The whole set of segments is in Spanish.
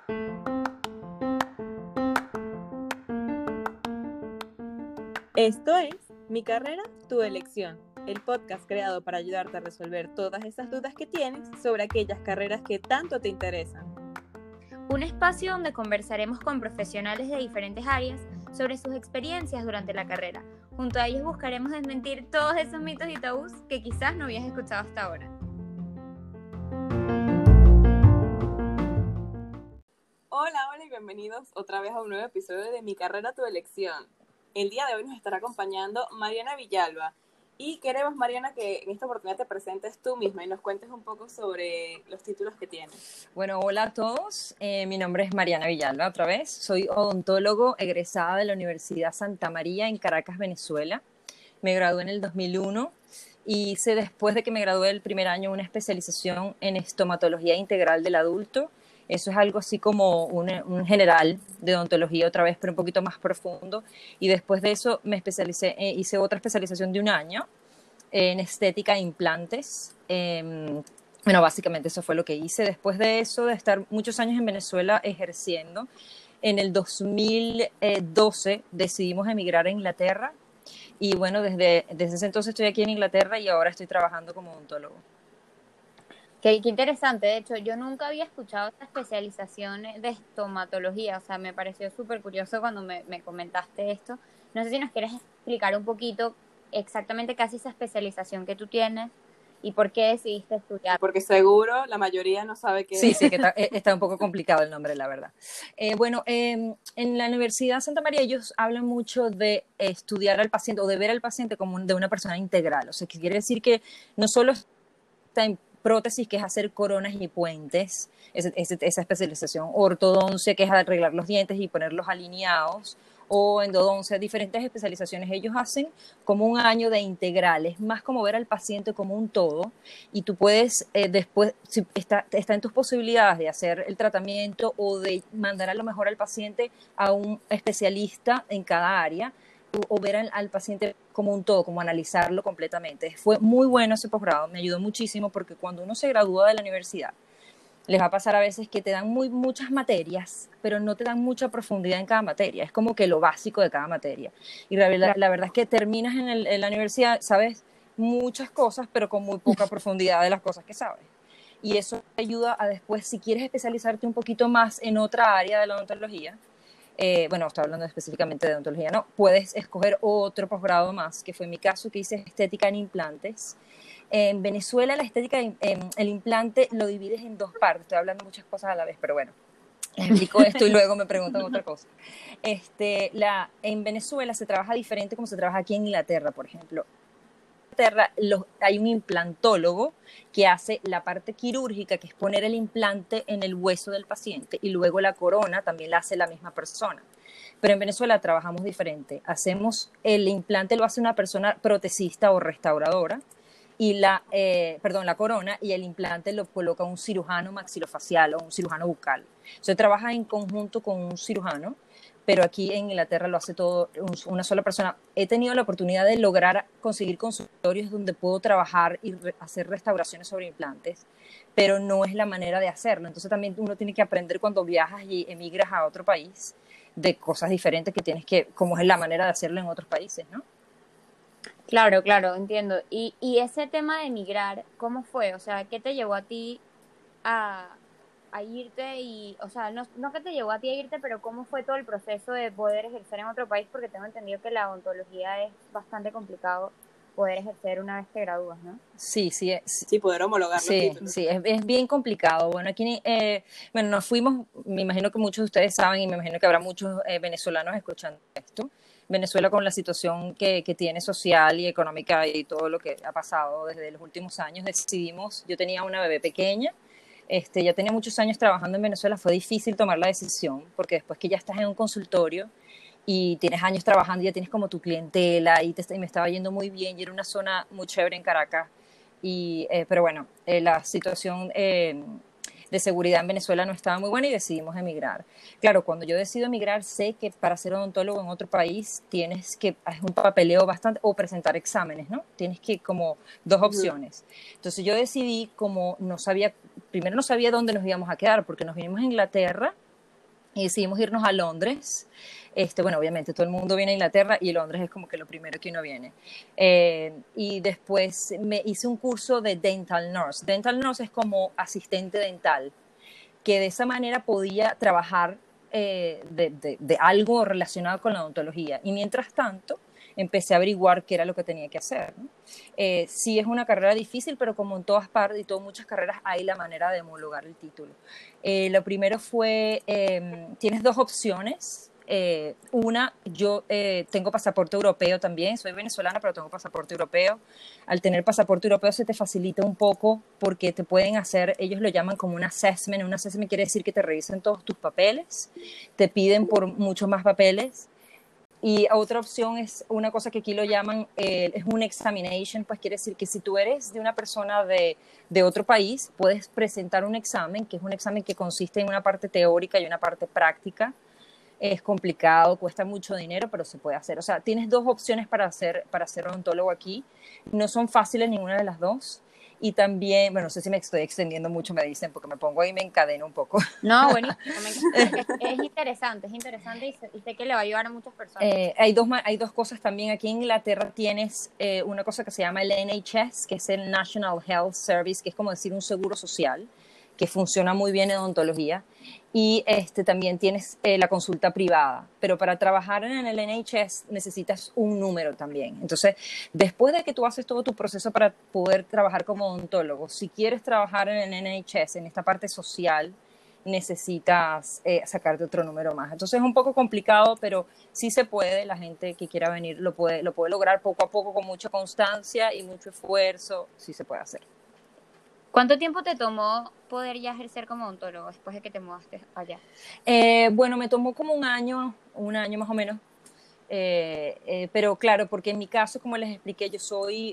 Esto es Mi Carrera, Tu Elección, el podcast creado para ayudarte a resolver todas esas dudas que tienes sobre aquellas carreras que tanto te interesan. Un espacio donde conversaremos con profesionales de diferentes áreas sobre sus experiencias durante la carrera. Junto a ellos buscaremos desmentir todos esos mitos y tabús que quizás no habías escuchado hasta ahora. Hola y bienvenidos otra vez a un nuevo episodio de Mi Carrera, Tu Elección. El día de hoy nos estará acompañando Mariana Villalba y queremos, Mariana, que en esta oportunidad te presentes tú misma y nos cuentes un poco sobre los títulos que tienes. Bueno, hola a todos. Mi nombre es Mariana Villalba, otra vez. Soy odontólogo egresada de la Universidad Santa María en Caracas, Venezuela. Me gradué en el 2001 y hice, después de que me gradué el primer año, una especialización en estomatología integral del adulto. Eso es algo así como un general de odontología otra vez, pero un poquito más profundo. Y después de eso me especialicé, hice otra especialización de un año en estética e implantes. Bueno, básicamente eso fue lo que hice. Después de eso, de estar muchos años en Venezuela ejerciendo, en el 2012 decidimos emigrar a Inglaterra. Y bueno, desde ese entonces estoy aquí en Inglaterra y ahora estoy trabajando como odontólogo. Qué interesante, de hecho, yo nunca había escuchado esta especialización de estomatología, o sea, me pareció súper curioso cuando me comentaste esto. No sé si nos quieres explicar un poquito exactamente qué hace esa especialización que tú tienes y por qué decidiste estudiar. Porque seguro la mayoría no sabe qué Sí, es. sí, que está un poco complicado el nombre, la verdad. En la Universidad Santa María ellos hablan mucho de estudiar al paciente o de ver al paciente como de una persona integral. O sea, que quiere decir que no solo está en prótesis, que es hacer coronas y puentes, esa especialización, ortodoncia, que es arreglar los dientes y ponerlos alineados, o endodoncia, diferentes especializaciones. Ellos hacen como un año de integrales, más como ver al paciente como un todo, y tú puedes después, si está en tus posibilidades de hacer el tratamiento o de mandar a lo mejor al paciente a un especialista en cada área, o ver al paciente como un todo, como analizarlo completamente. Fue muy bueno ese posgrado, me ayudó muchísimo porque cuando uno se gradúa de la universidad, les va a pasar a veces que te dan muchas materias, pero no te dan mucha profundidad en cada materia. Es como que lo básico de cada materia. Y la verdad es que terminas en la universidad, sabes muchas cosas, pero con muy poca profundidad de las cosas que sabes. Y eso te ayuda a después, si quieres especializarte un poquito más en otra área de la odontología, estoy hablando específicamente de odontología, no, puedes escoger otro posgrado más, que fue mi caso, que hice estética en implantes. En Venezuela la estética, el implante lo divides en dos partes, estoy hablando muchas cosas a la vez, pero bueno, les explico esto y luego me preguntan otra cosa. En Venezuela se trabaja diferente como se trabaja aquí en Inglaterra, por ejemplo. Hay un implantólogo que hace la parte quirúrgica, que es poner el implante en el hueso del paciente, y luego la corona también la hace la misma persona. Pero en Venezuela trabajamos diferente. El implante lo hace una persona protecista o restauradora, y la corona y el implante lo coloca un cirujano maxilofacial o un cirujano bucal. Se trabaja en conjunto con un cirujano, pero aquí en Inglaterra lo hace todo una sola persona. He tenido la oportunidad de lograr conseguir consultorios donde puedo trabajar y hacer restauraciones sobre implantes, pero no es la manera de hacerlo. Entonces también uno tiene que aprender cuando viajas y emigras a otro país de cosas diferentes como es la manera de hacerlo en otros países, ¿no? Claro, entiendo. Y ese tema de emigrar, ¿cómo fue? O sea, ¿qué te llevó a ti a irte? Y, o sea, no que te llevó a ti a irte, pero ¿cómo fue todo el proceso de poder ejercer en otro país? Porque tengo entendido que la odontología es bastante complicado poder ejercer una vez te gradúas, ¿no? Sí, poder homologar los títulos. Sí, es bien complicado. Bueno, aquí nos fuimos, me imagino que muchos de ustedes saben y me imagino que habrá muchos venezolanos escuchando esto. Venezuela, con la situación que tiene social y económica y todo lo que ha pasado desde los últimos años, yo tenía una bebé pequeña, ya tenía muchos años trabajando en Venezuela. Fue difícil tomar la decisión porque después que ya estás en un consultorio y tienes años trabajando, ya tienes como tu clientela y me estaba yendo muy bien y era una zona muy chévere en Caracas. Pero bueno, la situación de seguridad en Venezuela no estaba muy buena y decidimos emigrar. Claro, cuando yo decido emigrar, sé que para ser odontólogo en otro país tienes que hacer un papeleo bastante o presentar exámenes, ¿no? Tienes que como dos opciones. Entonces yo decidí, primero no sabía dónde nos íbamos a quedar porque nos vinimos a Inglaterra y decidimos irnos a Londres. Bueno, obviamente todo el mundo viene a Inglaterra y Londres es como que lo primero que uno viene. Y después me hice un curso de Dental Nurse. Dental Nurse es como asistente dental, que de esa manera podía trabajar de algo relacionado con la odontología. Y mientras tanto, empecé a averiguar qué era lo que tenía que hacer, ¿no? Sí es una carrera difícil, pero como en todas partes y todas muchas carreras hay la manera de homologar el título. Lo primero fue, tienes dos opciones. Una, yo tengo pasaporte europeo también, soy venezolana, pero tengo pasaporte europeo. Al tener pasaporte europeo se te facilita un poco porque te pueden hacer, ellos lo llaman como un assessment. Un assessment quiere decir que te revisen todos tus papeles, te piden por muchos más papeles. Y otra opción es una cosa que aquí lo llaman, es un examination, pues quiere decir que si tú eres de una persona de otro país, puedes presentar un examen, que es un examen que consiste en una parte teórica y una parte práctica. Es complicado, cuesta mucho dinero, pero se puede hacer. O sea, tienes dos opciones para ser odontólogo aquí. No son fáciles ninguna de las dos. Y también, bueno, no sé si me estoy extendiendo mucho, me dicen, porque me pongo ahí y me encadeno un poco. No, buenísimo, es interesante y sé que le va a ayudar a muchas personas. Hay dos cosas también. Aquí en Inglaterra tienes una cosa que se llama el NHS, que es el National Health Service, que es como decir un seguro social, que funciona muy bien en odontología. Y también tienes la consulta privada, pero para trabajar en el NHS necesitas un número también. Entonces, después de que tú haces todo tu proceso para poder trabajar como odontólogo, si quieres trabajar en el NHS, en esta parte social, necesitas sacarte otro número más. Entonces es un poco complicado, pero sí se puede. La gente que quiera venir lo puede lograr poco a poco con mucha constancia y mucho esfuerzo. Sí se puede hacer. ¿Cuánto tiempo te tomó poder ya ejercer como odontólogo después de que te mudaste allá? Bueno, me tomó como un año más o menos. Pero claro, porque en mi caso, como les expliqué, yo soy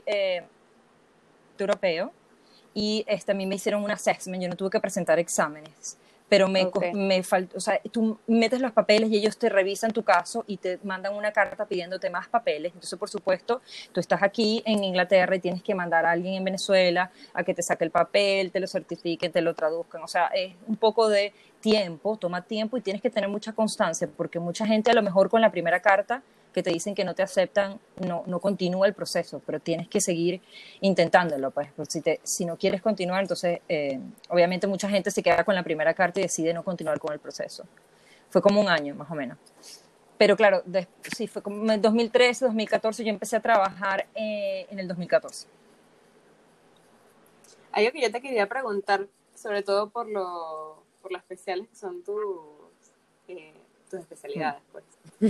europeo y a mí me hicieron un assessment, yo no tuve que presentar exámenes, pero me faltó, o sea, tú metes los papeles y ellos te revisan tu caso y te mandan una carta pidiéndote más papeles. Entonces, por supuesto, tú estás aquí en Inglaterra y tienes que mandar a alguien en Venezuela a que te saque el papel, te lo certifiquen, te lo traduzcan. O sea, es un poco de tiempo, toma tiempo y tienes que tener mucha constancia, porque mucha gente a lo mejor con la primera carta que te dicen que no te aceptan, no continúa el proceso, pero tienes que seguir intentándolo, pues si no quieres continuar, entonces obviamente mucha gente se queda con la primera carta y decide no continuar con el proceso. Fue como un año más o menos. Pero claro, sí, fue como en 2013, 2014, yo empecé a trabajar en el 2014. Algo que yo te quería preguntar, sobre todo por lo especiales que son tus especialidades, pues.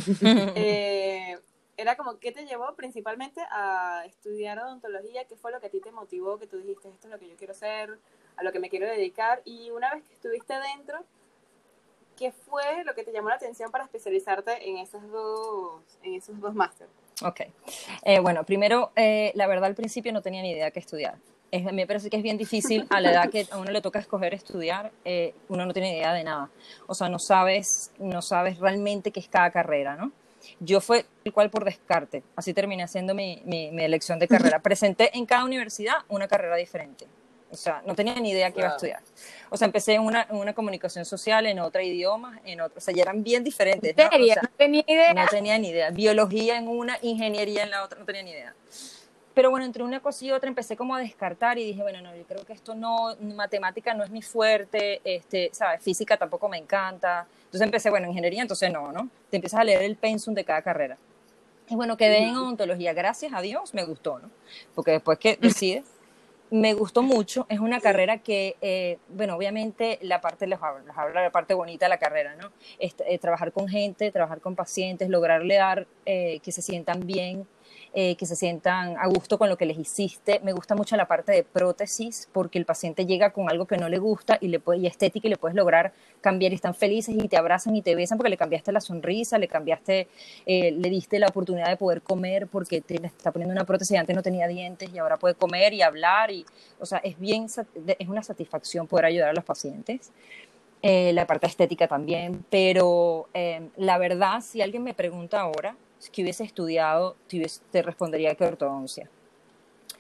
Era como, ¿qué te llevó principalmente a estudiar odontología? ¿Qué fue lo que a ti te motivó? Que tú dijiste, esto es lo que yo quiero hacer, a lo que me quiero dedicar. Y una vez que estuviste dentro, ¿qué fue lo que te llamó la atención para especializarte en esos dos másteres? Ok. Bueno, primero, la verdad al principio no tenía ni idea qué estudiar. Me parece que es bien difícil a la edad que a uno le toca escoger estudiar, uno no tiene idea de nada. O sea, no sabes realmente qué es cada carrera, ¿no? Yo fue el cual por descarte, así terminé haciendo mi elección de carrera. Presenté en cada universidad una carrera diferente. O sea, no tenía ni idea qué iba a estudiar. O sea, empecé en una comunicación social, en otro idioma, en otro. O sea, ya eran bien diferentes, ¿no? ¿En serio? O sea, no tenía idea. No tenía ni idea. Biología en una, ingeniería en la otra, no tenía ni idea. Pero bueno, entre una cosa y otra empecé como a descartar y dije, bueno, no, yo creo que esto no, matemática no es mi fuerte, ¿sabes? Física tampoco me encanta. Entonces empecé, bueno, ingeniería, entonces no. Te empiezas a leer el pensum de cada carrera. Y bueno, quedé en odontología, gracias a Dios, me gustó, ¿no? Porque después que decides, me gustó mucho, es una carrera que, bueno, obviamente les habla la parte bonita de la carrera, ¿no? Trabajar con gente, trabajar con pacientes, lograrle dar que se sientan bien, que se sientan a gusto con lo que les hiciste. Me gusta mucho la parte de prótesis porque el paciente llega con algo que no le gusta y estética y le puedes lograr cambiar y están felices y te abrazan y te besan porque le cambiaste la sonrisa, le diste la oportunidad de poder comer porque le está poniendo una prótesis y antes no tenía dientes y ahora puede comer y hablar o sea, es una satisfacción poder ayudar a los pacientes. La parte estética también, pero la verdad, si alguien me pregunta ahora que hubiese estudiado, te respondería que ortodoncia.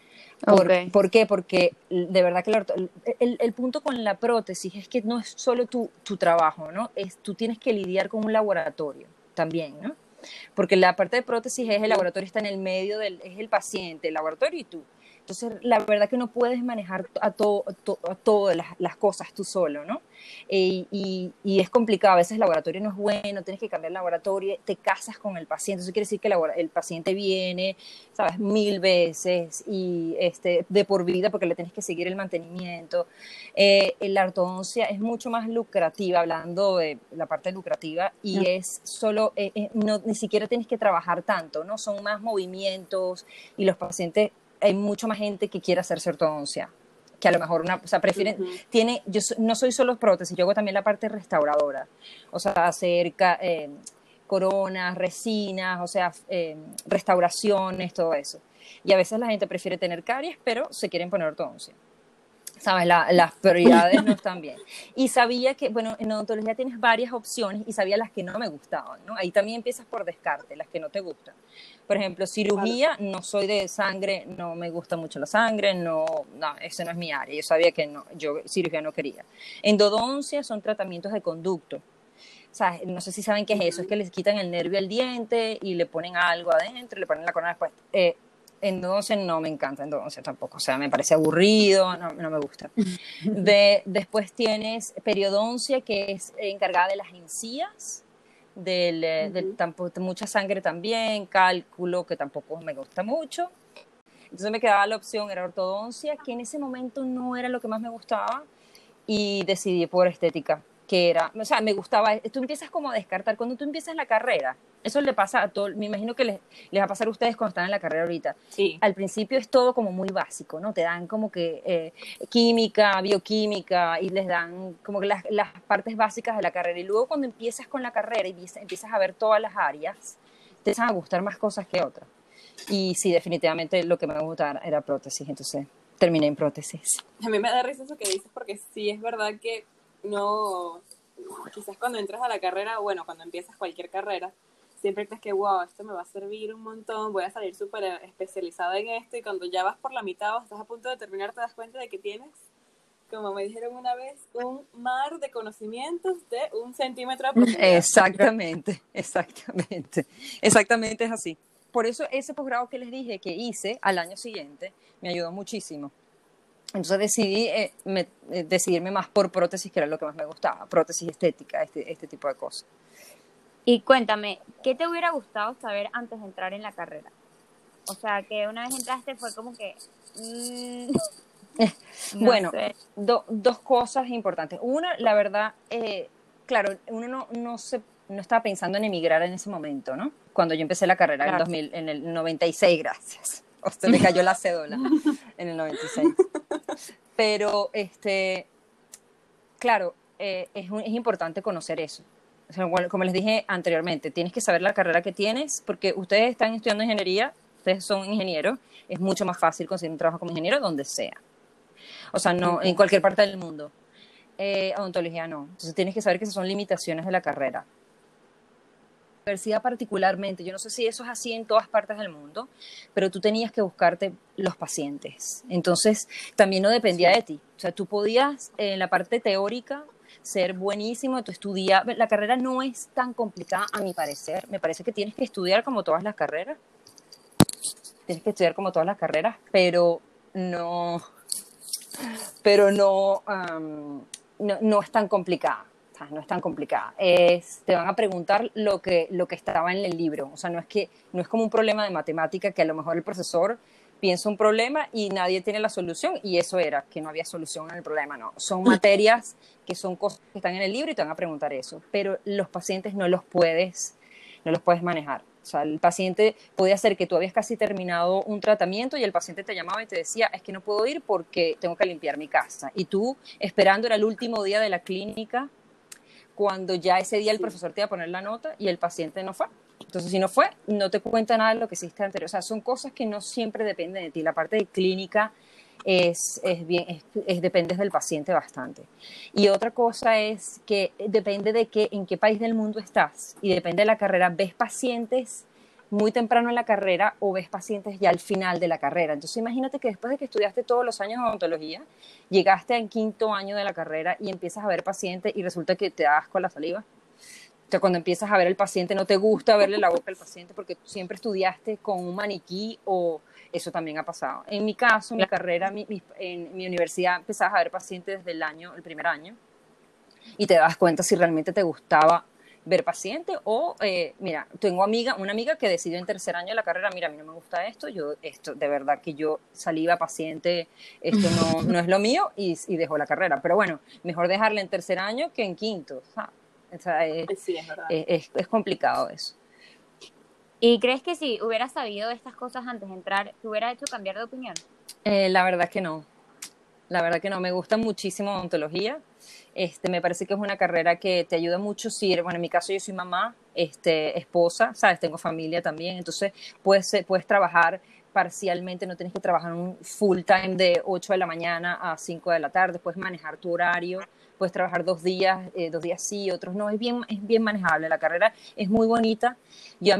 Ok. ¿Por qué? Porque de verdad que el punto con la prótesis es que no es solo tu trabajo, ¿no? Tú tienes que lidiar con un laboratorio también, ¿no? Porque la parte de prótesis es el laboratorio, está en el medio es el paciente, el laboratorio y tú. Entonces, la verdad que no puedes manejar a todas las cosas tú solo, ¿no? Y es complicado, a veces el laboratorio no es bueno, tienes que cambiar el laboratorio, te casas con el paciente, eso quiere decir que el paciente viene, ¿sabes? 1000 veces y de por vida porque le tienes que seguir el mantenimiento. La ortodoncia es mucho más lucrativa, hablando de la parte lucrativa, y es solo, no, ni siquiera tienes que trabajar tanto, ¿no? Son más movimientos y los pacientes, hay mucho más gente que quiere hacerse ortodoncia, que a lo mejor o sea, prefieren, no soy solo prótesis, yo hago también la parte restauradora, o sea, hacer coronas, resinas, o sea, restauraciones, todo eso. Y a veces la gente prefiere tener caries, pero se quieren poner ortodoncia. ¿Sabes? Las prioridades no están bien. Y sabía que, bueno, en odontología tienes varias opciones y sabía las que no me gustaban, ¿no? Ahí también empiezas por descarte, las que no te gustan. Por ejemplo, cirugía, no soy de sangre, no me gusta mucho la sangre, no, ese no es mi área. Yo sabía que no, yo cirugía no quería. Endodoncia son tratamientos de conducto. O sea, no sé si saben qué es eso, es que les quitan el nervio al diente y le ponen algo adentro, le ponen la corona después. Endodoncia no me encanta, endodoncia tampoco, o sea, me parece aburrido, no me gusta. Después tienes periodoncia, que es encargada de las encías, de mucha sangre también, cálculo, que tampoco me gusta mucho. Entonces me quedaba la opción, era ortodoncia, que en ese momento no era lo que más me gustaba, y decidí por estética, que era, o sea, me gustaba, tú empiezas como a descartar, cuando tú empiezas la carrera, eso le pasa a todo, me imagino que les va a pasar a ustedes cuando están en la carrera ahorita. Sí. Al principio es todo como muy básico, ¿no? Te dan como que química, bioquímica, y les dan como que las partes básicas de la carrera, y luego cuando empiezas con la carrera y empiezas a ver todas las áreas, te empiezan a gustar más cosas que otras. Y sí, definitivamente lo que me gustaba era prótesis, entonces terminé en prótesis. A mí me da risa eso que dices porque sí es verdad que no, quizás cuando entras a la carrera, bueno, cuando empiezas cualquier carrera, siempre crees que, wow, esto me va a servir un montón, voy a salir súper especializada en esto, y cuando ya vas por la mitad o estás a punto de terminar, te das cuenta de que tienes, como me dijeron una vez, un mar de conocimientos de 1 centímetro de profundidad. Exactamente es así. Por eso ese posgrado que les dije que hice al año siguiente me ayudó muchísimo. Entonces decidí decidirme más por prótesis, que era lo que más me gustaba, prótesis estética, este tipo de cosas. Y cuéntame, ¿qué te hubiera gustado saber antes de entrar en la carrera? O sea, que una vez entraste fue como que... no bueno, sé. Dos cosas importantes. Una, la verdad, claro, uno no estaba pensando en emigrar en ese momento, ¿no? Cuando yo empecé la carrera en el 96, gracias. O se me cayó la cédula en el 96. Pero, claro, es importante conocer eso. O sea, como les dije anteriormente, tienes que saber la carrera que tienes, porque ustedes están estudiando ingeniería, ustedes son ingenieros, es mucho más fácil conseguir un trabajo como ingeniero donde sea. O sea, no en cualquier parte del mundo. Odontología no. Entonces tienes que saber que esas son limitaciones de la carrera. La universidad particularmente, yo no sé si eso es así en todas partes del mundo, pero tú tenías que buscarte los pacientes. Entonces, también no dependía de ti. O sea, tú podías, en la parte teórica, ser buenísimo, tú estudias. La carrera no es tan complicada, a mi parecer. Me parece que tienes que estudiar como todas las carreras. Tienes que estudiar como todas las carreras, pero no es tan complicada. O sea, no es tan complicada. Te van a preguntar lo que estaba en el libro. O sea, no es como un problema de matemática que a lo mejor el profesor piensa un problema y nadie tiene la solución, y eso era, que no había solución en el problema. No, son materias que son cosas que están en el libro y te van a preguntar eso, pero los pacientes no los puedes manejar. O sea, el paciente podía ser que tú habías casi terminado un tratamiento y el paciente te llamaba y te decía, es que no puedo ir porque tengo que limpiar mi casa. Y tú, esperando, era el último día de la clínica, cuando ya ese día el profesor te iba a poner la nota y el paciente no fue. Entonces, si no fue, no te cuenta nada de lo que hiciste anterior. O sea, son cosas que no siempre dependen de ti. La parte de clínica depende del paciente bastante. Y otra cosa es que depende de en qué país del mundo estás, y depende de la carrera. Ves pacientes muy temprano en la carrera o ves pacientes ya al final de la carrera. Entonces imagínate que después de que estudiaste todos los años de odontología, llegaste al 5º año de la carrera y empiezas a ver pacientes y resulta que te da asco la saliva. O sea, cuando empiezas a ver al paciente, no te gusta verle la boca al paciente porque tú siempre estudiaste con un maniquí o eso también ha pasado. En mi caso, en mi carrera, en mi universidad, empezabas a ver pacientes desde el primer año y te das cuenta si realmente te gustaba ver pacientes o, mira, tengo una amiga que decidió en tercer año de la carrera, mira, a mí no me gusta esto, de verdad que yo saliva paciente, esto no es lo mío y dejó la carrera. Pero bueno, mejor dejarla en tercer año que en quinto, ¿sabes? O sea, Sí, es verdad. Es complicado eso. ¿Y crees que si hubieras sabido estas cosas antes de entrar, te hubiera hecho cambiar de opinión? La verdad que no. La verdad que no. Me gusta muchísimo odontología. Me parece que es una carrera que te ayuda mucho. Si, bueno, en mi caso yo soy mamá, esposa, ¿sabes? Tengo familia también. Entonces puedes trabajar parcialmente, no tienes que trabajar un full time de 8 de la mañana a 5 de la tarde. Puedes manejar tu horario. Puedes trabajar 2 días sí, otros no. Es bien manejable. La carrera es muy bonita. Yo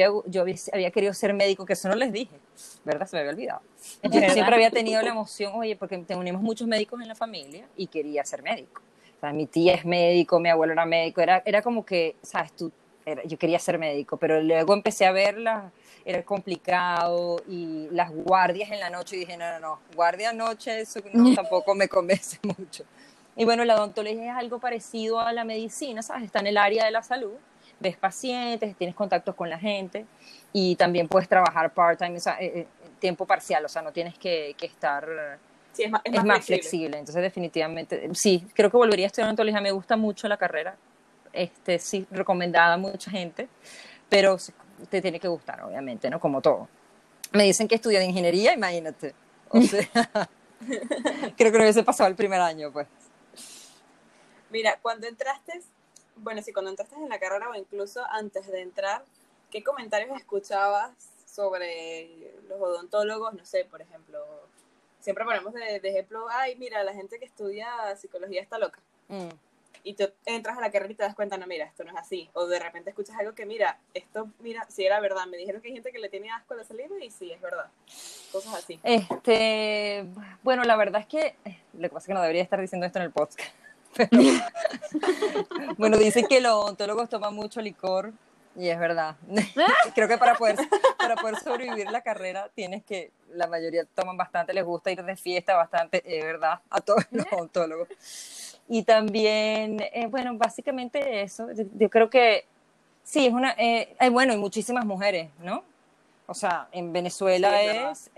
había querido ser médico, que eso no les dije, ¿verdad? Se me había olvidado. Yo siempre había tenido la emoción, oye, porque tenemos muchos médicos en la familia y quería ser médico. O sea, mi tía es médico, mi abuelo era médico, era como que, ¿sabes? Yo quería ser médico, pero luego empecé a verla, era complicado y las guardias en la noche y dije, no, guardia noche, eso no, tampoco me convence mucho. Y bueno, la odontología es algo parecido a la medicina, ¿sabes? Está en el área de la salud, ves pacientes, tienes contactos con la gente y también puedes trabajar part-time, o sea, tiempo parcial, o sea, no tienes que estar... Sí, es más flexible. Entonces definitivamente, sí, creo que volvería a estudiar odontología, me gusta mucho la carrera, sí, recomendada a mucha gente, pero te tiene que gustar, obviamente, ¿no? Como todo. Me dicen que estudié ingeniería, imagínate, o sea, creo que no hubiese pasado el primer año, pues. Mira, cuando entraste en la carrera o incluso antes de entrar, ¿qué comentarios escuchabas sobre los odontólogos? No sé, por ejemplo, siempre ponemos de ejemplo, ay, mira, la gente que estudia psicología está loca. Y tú entras a la carrera y te das cuenta, no, mira, esto no es así. O de repente escuchas algo que, mira, sí era verdad. Me dijeron que hay gente que le tiene asco a la saliva y sí, es verdad. Cosas así. Bueno, la verdad es que, lo que pasa es que no debería estar diciendo esto en el podcast. Pero, bueno, dicen que los odontólogos toman mucho licor y es verdad. Creo que para poder sobrevivir la carrera la mayoría toman bastante, les gusta ir de fiesta bastante, es verdad, a todos los odontólogos. Y también, bueno, básicamente eso, yo creo que sí, bueno, hay muchísimas mujeres, ¿no? O sea, en Venezuela sí, es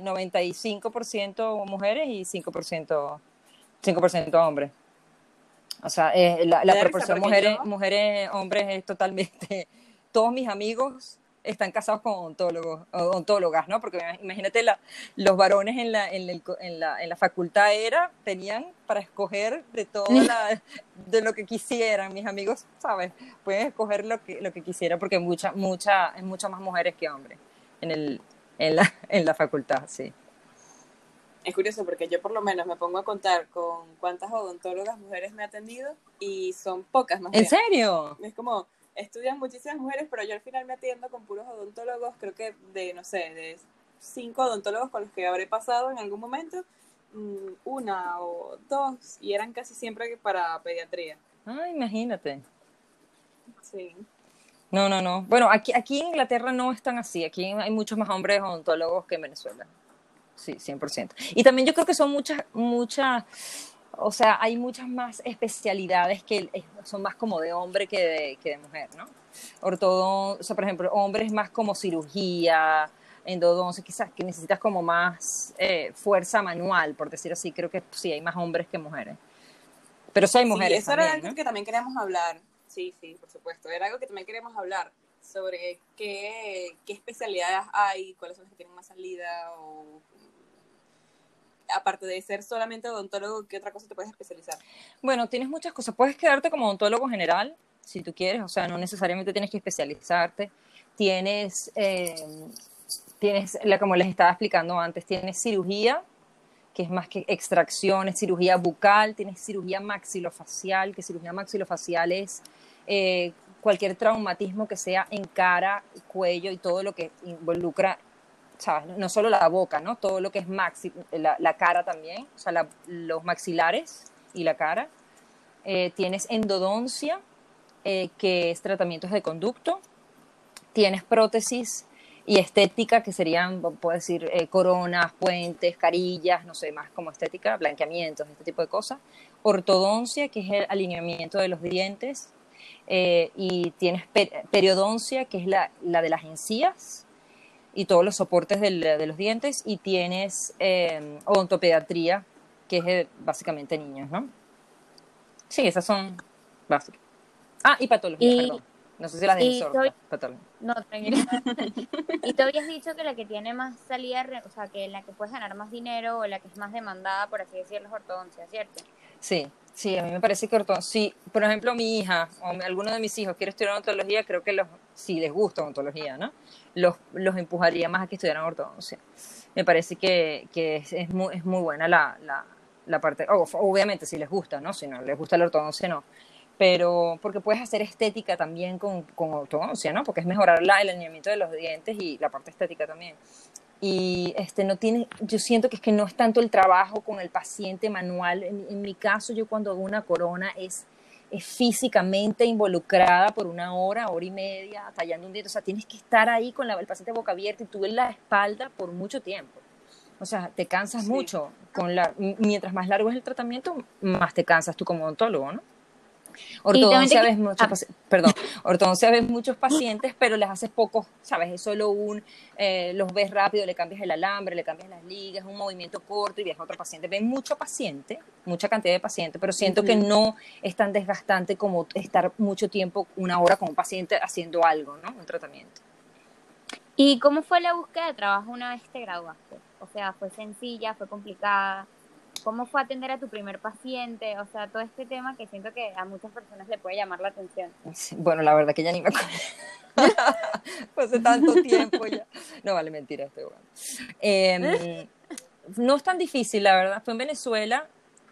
95% mujeres y 5% hombres. O sea, la proporción mujeres-hombres es totalmente... Todos mis amigos están casados con odontólogas, ¿no? Porque imagínate, los varones en la facultad tenían para escoger de lo que quisieran. Mis amigos, ¿sabes? Pueden escoger lo que quisieran porque hay muchas más mujeres que hombres en la facultad, sí. Es curioso porque yo por lo menos me pongo a contar con cuántas odontólogas mujeres me he atendido y son pocas más bien. ¿En serio? Es como, estudian muchísimas mujeres, pero yo al final me atiendo con puros odontólogos, creo que de 5 odontólogos con los que habré pasado en algún momento, 1 o 2, y eran casi siempre para pediatría. Ah, imagínate. Sí. No. Bueno, aquí en Inglaterra no es tan así. Aquí hay muchos más hombres odontólogos que en Venezuela. Sí, 100%. Y también yo creo que son muchas, o sea, hay muchas más especialidades que son más como de hombre que de mujer, ¿no? O sea, por ejemplo, hombres más como cirugía, endodoncia, quizás que necesitas como más fuerza manual, por decir así. Creo que sí, hay más hombres que mujeres. Pero sí hay mujeres eso también, era algo, ¿no? que también queríamos hablar. Sí, por supuesto. Era algo que también queríamos hablar sobre qué especialidades hay, cuáles son las que tienen más salida, o aparte de ser solamente odontólogo, ¿qué otra cosa te puedes especializar? Bueno, tienes muchas cosas. Puedes quedarte como odontólogo general, si tú quieres, o sea, no necesariamente tienes que especializarte. Tienes, como les estaba explicando antes, tienes cirugía, que es más que extracciones, cirugía bucal, tienes cirugía maxilofacial, que cirugía maxilofacial es cualquier traumatismo que sea en cara, cuello y todo lo que involucra, ¿sabes? No solo la boca, ¿no? Todo lo que es la cara también, o sea, los maxilares y la cara. Tienes endodoncia, que es tratamientos de conducto. Tienes prótesis y estética, que serían, puedo decir, coronas, puentes, carillas, no sé, más como estética, blanqueamientos, este tipo de cosas. Ortodoncia, que es el alineamiento de los dientes. Y tienes periodoncia, que es la de las encías y todos los soportes de los dientes. Y tienes odontopediatría, que es básicamente niños, ¿no? Sí, esas son básicas. Ah, y patología, Y, perdón. No sé si las dejé y tú, sorda. Patología. no, tranquila. Y tú habías dicho que la que tiene más salida, o sea, que la que puedes ganar más dinero o la que es más demandada, por así decirlo, es ortodoncia, ¿cierto? Sí, sí, a mí me parece que si, por ejemplo, mi hija o alguno de mis hijos quiere estudiar odontología, creo que si les gusta odontología, ¿no? Los empujaría más a que estudiaran ortodoncia. Me parece que es muy buena la parte, obviamente si les gusta, ¿no? Si no les gusta la ortodoncia, no. Pero porque puedes hacer estética también con ortodoncia, ¿no? Porque es mejorar el alineamiento de los dientes y la parte estética también. Y no tiene, yo siento que es que no es tanto el trabajo con el paciente manual. En mi caso, yo cuando hago una corona es físicamente involucrada por una hora y media, tallando un diente. O sea, tienes que estar ahí con el paciente boca abierta y tú en la espalda por mucho tiempo. O sea, te cansas Sí. mucho. Mientras más largo es el tratamiento, más te cansas tú como odontólogo, ¿no? Ortodoncia ves muchos pacientes, pero les haces pocos, ¿sabes? Es solo los ves rápido, le cambias el alambre, le cambias las ligas, un movimiento corto y ves a otro paciente. Ven mucho paciente, mucha cantidad de pacientes, pero siento que no es tan desgastante como estar mucho tiempo, una hora con un paciente haciendo algo, ¿no? Un tratamiento. ¿Y cómo fue la búsqueda de trabajo una vez te graduaste? O sea, ¿fue sencilla, fue complicada? ¿Cómo fue atender a tu primer paciente? O sea, todo este tema que siento que a muchas personas le puede llamar la atención. Sí, bueno, la verdad que ya ni me acuerdo. Fue hace tanto tiempo ya. No, vale, mentira, estoy bueno. No es tan difícil, la verdad. Fue en Venezuela.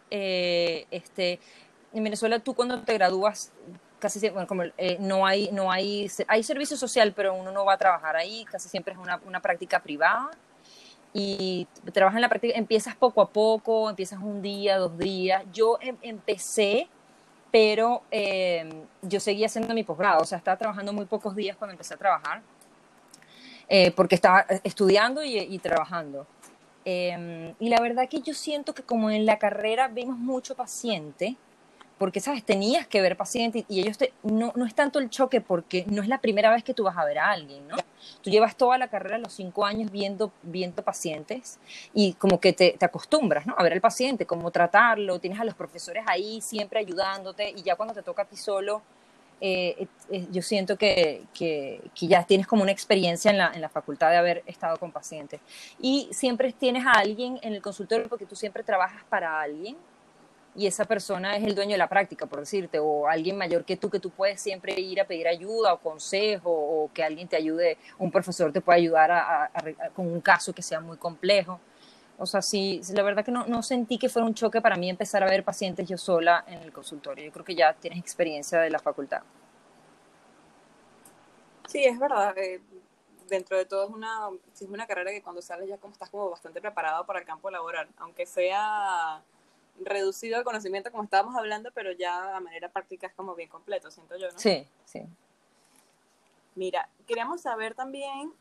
En Venezuela tú cuando te gradúas, casi siempre, bueno, hay servicio social, pero uno no va a trabajar ahí. Casi siempre es una práctica privada. Y trabajas en la práctica, empiezas poco a poco, empiezas un día, 2 días. Yo empecé, pero yo seguía haciendo mi posgrado, o sea, estaba trabajando muy pocos días cuando empecé a trabajar, porque estaba estudiando y trabajando. Y la verdad que yo siento que como en la carrera vemos mucho paciente, porque, ¿sabes? Tenías que ver pacientes y ellos no es tanto el choque porque no es la primera vez que tú vas a ver a alguien, ¿no? Tú llevas toda la carrera, los 5 años viendo pacientes y como que te acostumbras, ¿no? A ver al paciente, cómo tratarlo, tienes a los profesores ahí siempre ayudándote y ya cuando te toca a ti solo, yo siento que ya tienes como una experiencia en la facultad de haber estado con pacientes. Y siempre tienes a alguien en el consultorio porque tú siempre trabajas para alguien y esa persona es el dueño de la práctica, por decirte, o alguien mayor que tú puedes siempre ir a pedir ayuda o consejo, o que alguien te ayude, un profesor te puede ayudar con un caso que sea muy complejo. O sea, sí, la verdad que no sentí que fuera un choque para mí empezar a ver pacientes yo sola en el consultorio. Yo creo que ya tienes experiencia de la facultad. Sí, es verdad. Dentro de todo es una carrera que cuando sales ya como estás como bastante preparado para el campo laboral, aunque sea reducido el conocimiento como estábamos hablando, pero ya a manera práctica es como bien completo, siento yo, ¿no? Sí, sí. Mira, queríamos saber también,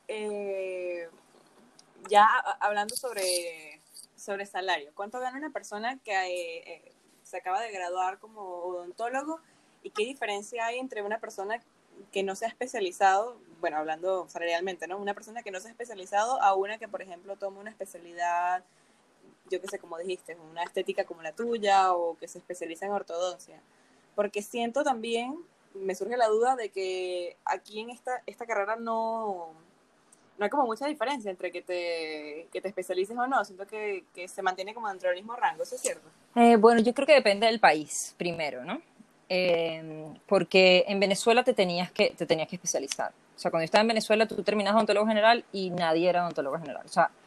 ya hablando sobre salario, ¿cuánto gana una persona que se acaba de graduar como odontólogo y qué diferencia hay entre una persona que no se ha especializado, bueno, hablando salarialmente, ¿no? Una persona que no se ha especializado a una que, por ejemplo, toma una especialidad, yo qué sé, como dijiste, una estética como la tuya o que se especializa en ortodoncia? Porque siento también, me surge la duda de que aquí en esta carrera no hay como mucha diferencia entre que te especialices o no. Siento que se mantiene como dentro del mismo rango, ¿eso es cierto? Bueno, yo creo que depende del país, primero, ¿no? Porque en Venezuela te tenías que especializar. O sea, cuando yo estaba en Venezuela, tú terminas odontólogo general y nadie era odontólogo general. O sea,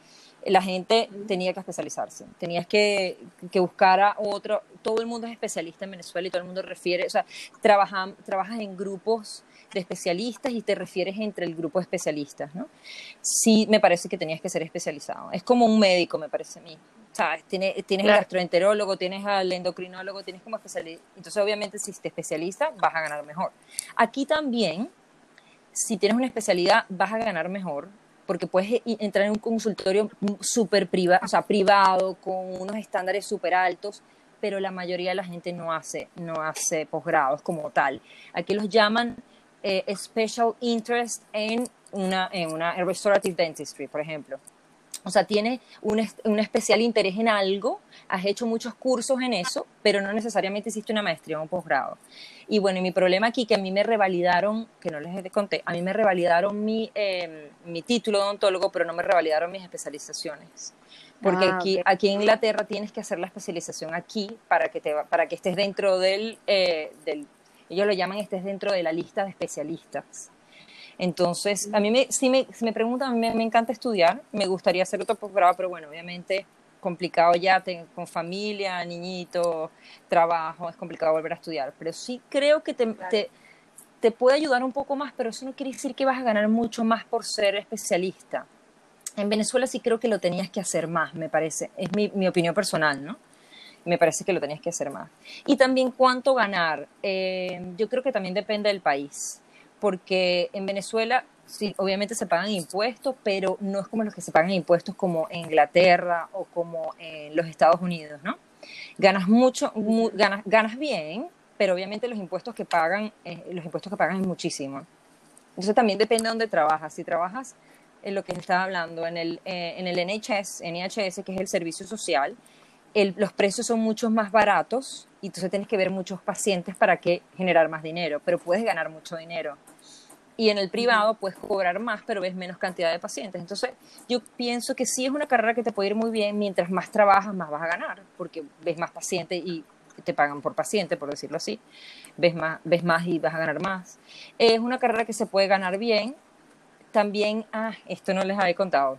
la gente tenía que especializarse, tenías que buscar a otro, todo el mundo es especialista en Venezuela y todo el mundo refiere, o sea, trabajas en grupos de especialistas y te refieres entre el grupo de especialistas, ¿no? Sí, me parece que tenías que ser especializado. Es como un médico, me parece a mí. ¿Sabes? Tienes el gastroenterólogo, tienes al endocrinólogo, tienes como especialista. Entonces, obviamente, si te especializas, vas a ganar mejor. Aquí también, si tienes una especialidad, vas a ganar mejor, porque puedes entrar en un consultorio súper privado, o sea, privado, con unos estándares súper altos, pero la mayoría de la gente no hace posgrados como tal. Aquí los llaman special interest en en restorative dentistry, por ejemplo. O sea, tienes un especial interés en algo, has hecho muchos cursos en eso, pero no necesariamente hiciste una maestría o un posgrado. Y bueno, y mi problema aquí, que a mí me revalidaron, que no les conté, a mí me revalidaron mi título de odontólogo, pero no me revalidaron mis especializaciones. Porque aquí en Inglaterra tienes que hacer la especialización aquí para que estés dentro ellos lo llaman, estés dentro de la lista de especialistas. Entonces, a mí si me preguntan, a mí me encanta estudiar, me gustaría hacer otro posgrado, pero bueno, obviamente complicado ya con familia, niñito, trabajo, es complicado volver a estudiar, pero sí creo que te puede ayudar un poco más, pero eso no quiere decir que vas a ganar mucho más por ser especialista. En Venezuela sí creo que lo tenías que hacer más, me parece, es mi opinión personal, ¿no? Me parece que lo tenías que hacer más. Y también cuánto ganar, yo creo que también depende del país, porque en Venezuela sí, obviamente se pagan impuestos, pero no es como los que se pagan impuestos como en Inglaterra o como en los Estados Unidos, ¿no? Ganas mucho, ganas bien, pero obviamente los impuestos que pagan es muchísimo. Entonces también depende de dónde trabajas. Si trabajas en lo que estaba hablando, en el NHS, que es el servicio social, los precios son mucho más baratos y entonces tienes que ver muchos pacientes para generar más dinero, pero puedes ganar mucho dinero. Y en el privado puedes cobrar más, pero ves menos cantidad de pacientes. Entonces, yo pienso que sí es una carrera que te puede ir muy bien. Mientras más trabajas, más vas a ganar, porque ves más pacientes y te pagan por paciente, por decirlo así. Ves más y vas a ganar más. Es una carrera que se puede ganar bien. También, esto no les había contado.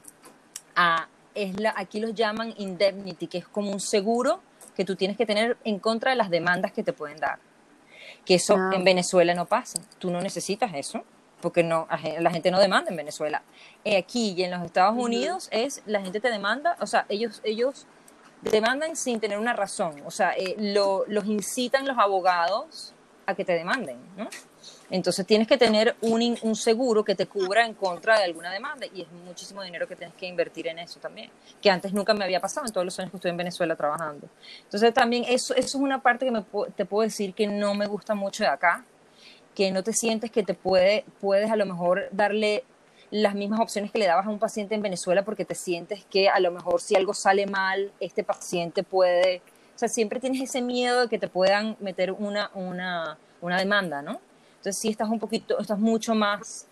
Aquí los llaman indemnity, que es como un seguro que tú tienes que tener en contra de las demandas que te pueden dar. Que eso en Venezuela no pasa. Tú no necesitas eso, porque la gente no demanda en Venezuela. Aquí y en los Estados Unidos la gente te demanda, o sea, ellos demandan sin tener una razón. O sea, los incitan los abogados a que te demanden, ¿no? Entonces tienes que tener un seguro que te cubra en contra de alguna demanda y es muchísimo dinero que tienes que invertir en eso también, que antes nunca me había pasado en todos los años que estuve en Venezuela trabajando. Entonces también eso es una parte que te puedo decir que no me gusta mucho de acá, que no te sientes que puedes a lo mejor darle las mismas opciones que le dabas a un paciente en Venezuela porque te sientes que a lo mejor si algo sale mal, este paciente puede... O sea, siempre tienes ese miedo de que te puedan meter una demanda, ¿no? Entonces sí estás mucho más,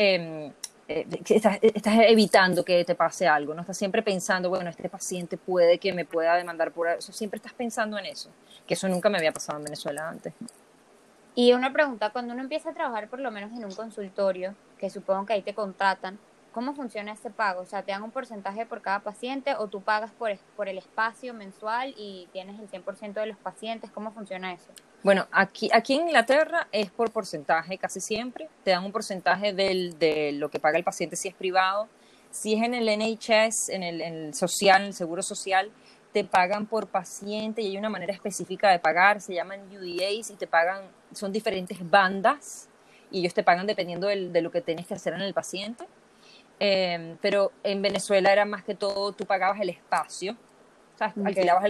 estás evitando que te pase algo, no estás siempre pensando, bueno, este paciente puede que me pueda demandar por eso, siempre estás pensando en eso, que eso nunca me había pasado en Venezuela antes. Y una pregunta, cuando uno empieza a trabajar por lo menos en un consultorio, que supongo que ahí te contratan, ¿cómo funciona ese pago? O sea, ¿te dan un porcentaje por cada paciente o tú pagas por el espacio mensual y tienes el 100% de los pacientes? ¿Cómo funciona eso? Bueno, aquí en Inglaterra es por porcentaje casi siempre. Te dan un porcentaje de lo que paga el paciente si es privado. Si es en el NHS, en el social, en el seguro social, te pagan por paciente y hay una manera específica de pagar. Se llaman UDAs y te pagan, son diferentes bandas y ellos te pagan dependiendo de lo que tienes que hacer en el paciente. Pero en Venezuela era más que todo, tú pagabas el espacio, ¿sabes? Okay. Alquilabas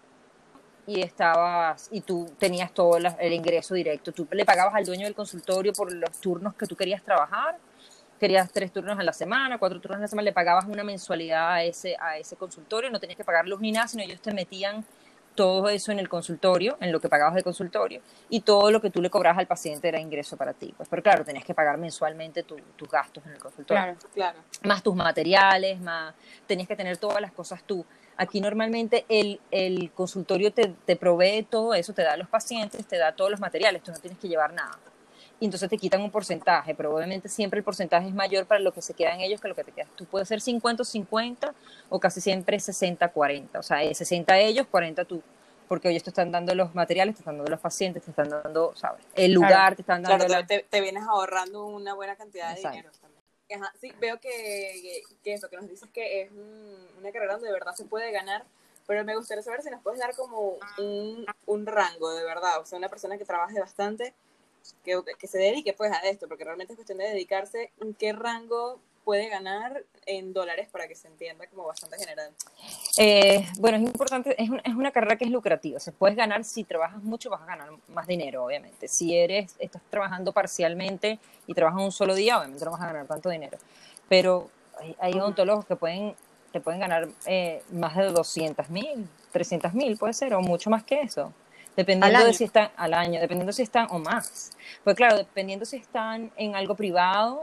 y tú tenías todo el ingreso directo. Tú le pagabas al dueño del consultorio por los turnos que tú querías trabajar. Querías 3 turnos a la semana, 4 turnos a la semana, le pagabas una mensualidad a ese consultorio, no tenías que pagar luz ni nada, sino ellos te metían todo eso en el consultorio, en lo que pagabas de consultorio, y todo lo que tú le cobrabas al paciente era ingreso para ti. Pues, pero claro, tenías que pagar mensualmente tus gastos en el consultorio. Claro, claro. Más tus materiales, tenías que tener todas las cosas tú. Aquí normalmente el consultorio te provee todo eso, te da los pacientes, te da todos los materiales, tú no tienes que llevar nada. y entonces te quitan un porcentaje, pero obviamente siempre el porcentaje es mayor para lo que se queda en ellos que lo que te quedas tú. Puede ser 50-50 o casi siempre 60-40, o sea, 60 ellos, 40 tú, porque ellos te están dando los materiales, te están dando los pacientes, te están dando, ¿sabes? El lugar, te están dando... Claro, te vienes ahorrando una buena cantidad de Exacto. dinero también. Ajá, sí, veo que eso, que nos dices que es una carrera donde de verdad se puede ganar, pero me gustaría saber si nos puedes dar como un rango de verdad, o sea, una persona que trabaje bastante, que se dedique pues a esto, porque realmente es cuestión de dedicarse, ¿en qué rango puede ganar en dólares para que se entienda como bastante general? Bueno, es importante, es una carrera que es lucrativa, o sea, puedes ganar, si trabajas mucho vas a ganar más dinero, obviamente. Si estás trabajando parcialmente y trabajas un solo día, obviamente no vas a ganar tanto dinero. Pero hay odontólogos que te pueden ganar más de 200.000, 300.000, puede ser, o mucho más que eso. Dependiendo de si están al año, dependiendo si están o más. Pues claro, dependiendo si están en algo privado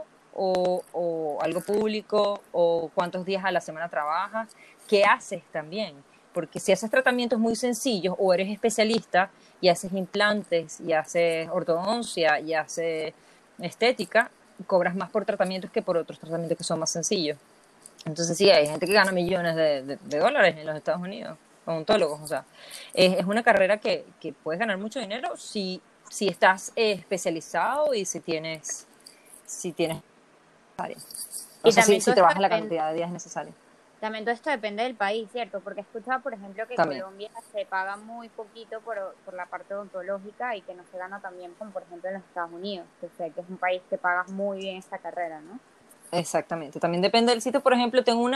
o algo público, o cuántos días a la semana trabajas, qué haces también. Porque si haces tratamientos muy sencillos o eres especialista y haces implantes y haces ortodoncia y haces estética, cobras más por tratamientos que por otros tratamientos que son más sencillos. Entonces sí, hay gente que gana millones de dólares en los Estados Unidos, odontólogos, o sea, es una carrera que puedes ganar mucho dinero si estás especializado y si tienes área. O Y sea, también si todo esto trabajas la depende, cantidad de días necesarios. también todo esto depende del país, ¿cierto? Porque he escuchado, por ejemplo, que También. Colombia se paga muy poquito por la parte odontológica y que no se gana tan bien como, por ejemplo, en los Estados Unidos, que sé que es un país que paga muy bien esta carrera, ¿no? Exactamente. También depende del sitio. Por ejemplo, tengo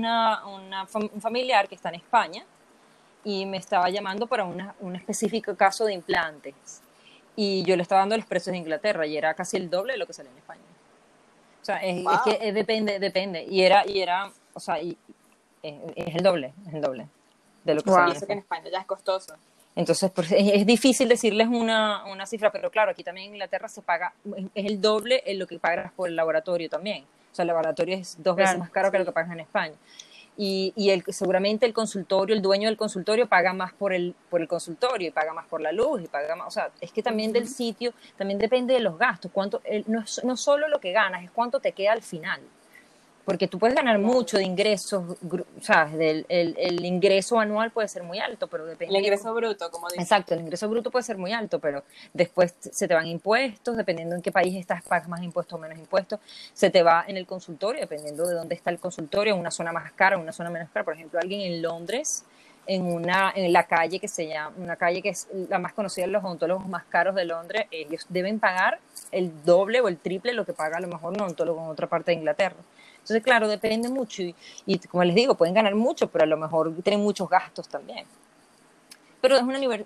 un familiar que está en España y me estaba llamando para un específico caso de implantes. Y yo le estaba dando los precios de Inglaterra y era casi el doble de lo que sale en España. O sea, es que depende. Y era, o sea, es el doble de lo que Wow. sale Y en eso que en España. España ya es costoso. Entonces, pues, es difícil decirles una cifra, pero claro, aquí también en Inglaterra se paga, es el doble en lo que pagas por el laboratorio también. O sea, el laboratorio es 2 veces Claro, más caro que lo que pagas en España. Y seguramente el consultorio, el dueño del consultorio paga más por el consultorio y paga más por la luz y paga más, o sea, es que también del sitio, también depende de los gastos, no solo lo que ganas, es cuánto te queda al final. Porque tú puedes ganar Claro. mucho de ingresos, ¿sabes? El ingreso anual puede ser muy alto, pero El depende. ingreso bruto, como dices. Exacto, el ingreso bruto puede ser muy alto, pero después se te van impuestos, dependiendo en qué país estás, pagas más impuestos o menos impuestos. Se te va en el consultorio, dependiendo de dónde está el consultorio, en una zona más cara, en una zona menos cara. Por ejemplo, alguien en Londres, en la calle que se llama, una calle que es la más conocida de los odontólogos más caros de Londres, ellos deben pagar el doble o el triple de lo que paga a lo mejor un odontólogo en otra parte de Inglaterra. Entonces, claro, depende mucho y como les digo, pueden ganar mucho, pero a lo mejor tienen muchos gastos también. Pero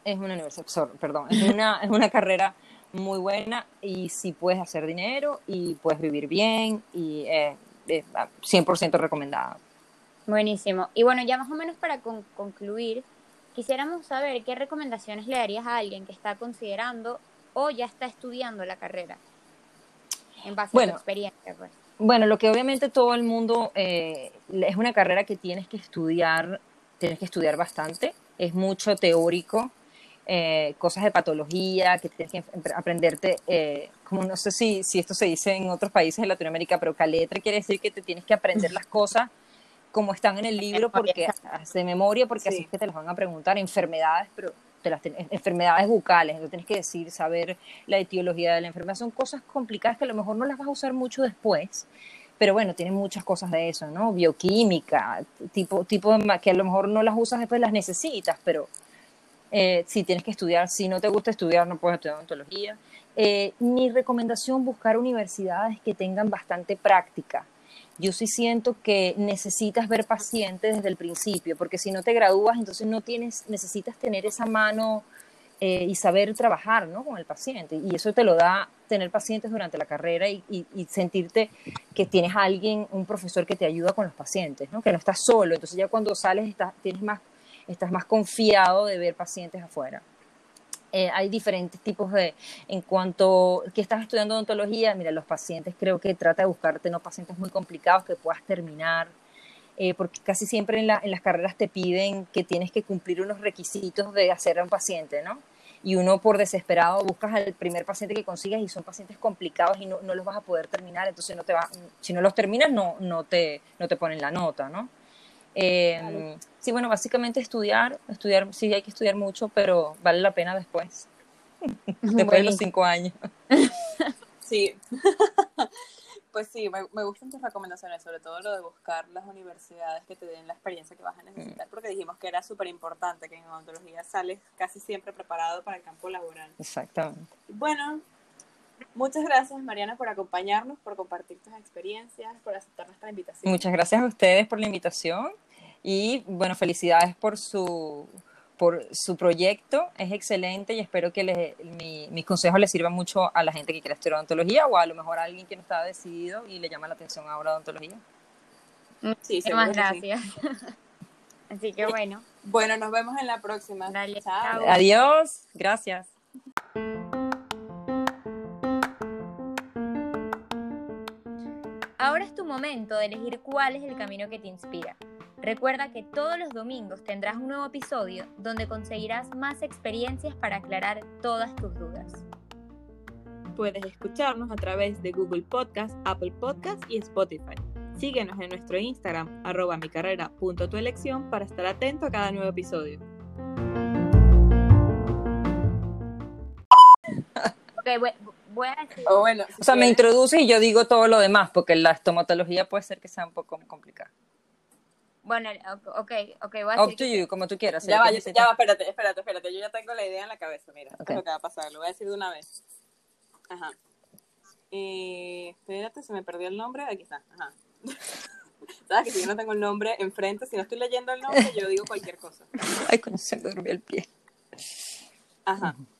es una carrera muy buena y sí puedes hacer dinero y puedes vivir bien y es 100% recomendada. buenísimo. Y bueno, ya más o menos para concluir, quisiéramos saber qué recomendaciones le darías a alguien que está considerando o ya está estudiando la carrera, en base a tu Bueno, experiencia, pues. Bueno, lo que obviamente todo el mundo, es una carrera que tienes que estudiar bastante, es mucho teórico, cosas de patología, que tienes que aprenderte, como no sé si esto se dice en otros países de Latinoamérica, pero caletre quiere decir que te tienes que aprender las cosas como están en el libro de memoria, porque así es que te las van a preguntar, enfermedades, pero enfermedades bucales, no tienes que decir, saber la etiología de la enfermedad, son cosas complicadas que a lo mejor no las vas a usar mucho después, pero bueno, tienen muchas cosas de eso, ¿no? Bioquímica, que a lo mejor no las usas después, las necesitas, pero si tienes que estudiar, si no te gusta estudiar, no puedes estudiar odontología. Mi recomendación, buscar universidades que tengan bastante práctica. Yo sí siento que necesitas ver pacientes desde el principio, porque si no te gradúas, entonces necesitas tener esa mano y saber trabajar, ¿no?, con el paciente. Y eso te lo da tener pacientes durante la carrera y sentirte que tienes a alguien, un profesor que te ayuda con los pacientes, ¿no?, que no estás solo. Entonces ya cuando sales estás más confiado de ver pacientes afuera. Hay diferentes tipos en cuanto que estás estudiando odontología, mira, los pacientes creo que trata de buscarte no pacientes muy complicados que puedas terminar, porque casi siempre en las carreras te piden que tienes que cumplir unos requisitos de hacer a un paciente, ¿no? y uno por desesperado buscas al primer paciente que consigas y son pacientes complicados y no los vas a poder terminar, entonces si no los terminas no te ponen la nota, ¿no? Claro. Sí, bueno, básicamente estudiar, sí hay que estudiar mucho, pero vale la pena después de los 5 años. Sí. Pues sí, me gustan tus recomendaciones, sobre todo lo de buscar las universidades que te den la experiencia que vas a necesitar, porque dijimos que era súper importante, que en odontología sales casi siempre preparado para el campo laboral. Exactamente. Bueno, muchas gracias, Mariana, por acompañarnos, por compartir tus experiencias, por aceptar nuestra invitación. Muchas gracias a ustedes por la invitación y, bueno, felicidades por su proyecto, es excelente y espero que mis consejos les sirvan mucho a la gente que quiere estudiar odontología o a lo mejor a alguien que no está decidido y le llama la atención ahora odontología. Sí, seguro Muchas gracias. Sí. Así que bueno. Bueno, nos vemos en la próxima. Dale, Chao. Adiós, gracias. Ahora es tu momento de elegir cuál es el camino que te inspira. Recuerda que todos los domingos tendrás un nuevo episodio donde conseguirás más experiencias para aclarar todas tus dudas. Puedes escucharnos a través de Google Podcast, Apple Podcast y Spotify. Síguenos en nuestro Instagram, @micarrera.tuelección, para estar atento a cada nuevo episodio. Ok, voy a decir... Bueno, O sea, me introduces y yo digo todo lo demás, porque la estomatología puede ser que sea un poco complicada. Bueno, ok, voy a Up decir to you, como tú quieras. Ya va, espérate, yo ya tengo la idea en la cabeza, mira, Okay. lo que va a pasar, lo voy a decir de una vez. Ajá. Espérate, se me perdió el nombre, aquí está, ajá. Sabes que si yo no tengo el nombre enfrente, si no estoy leyendo el nombre, yo digo cualquier cosa. Ay, coño, se me durmió el pie. Ajá.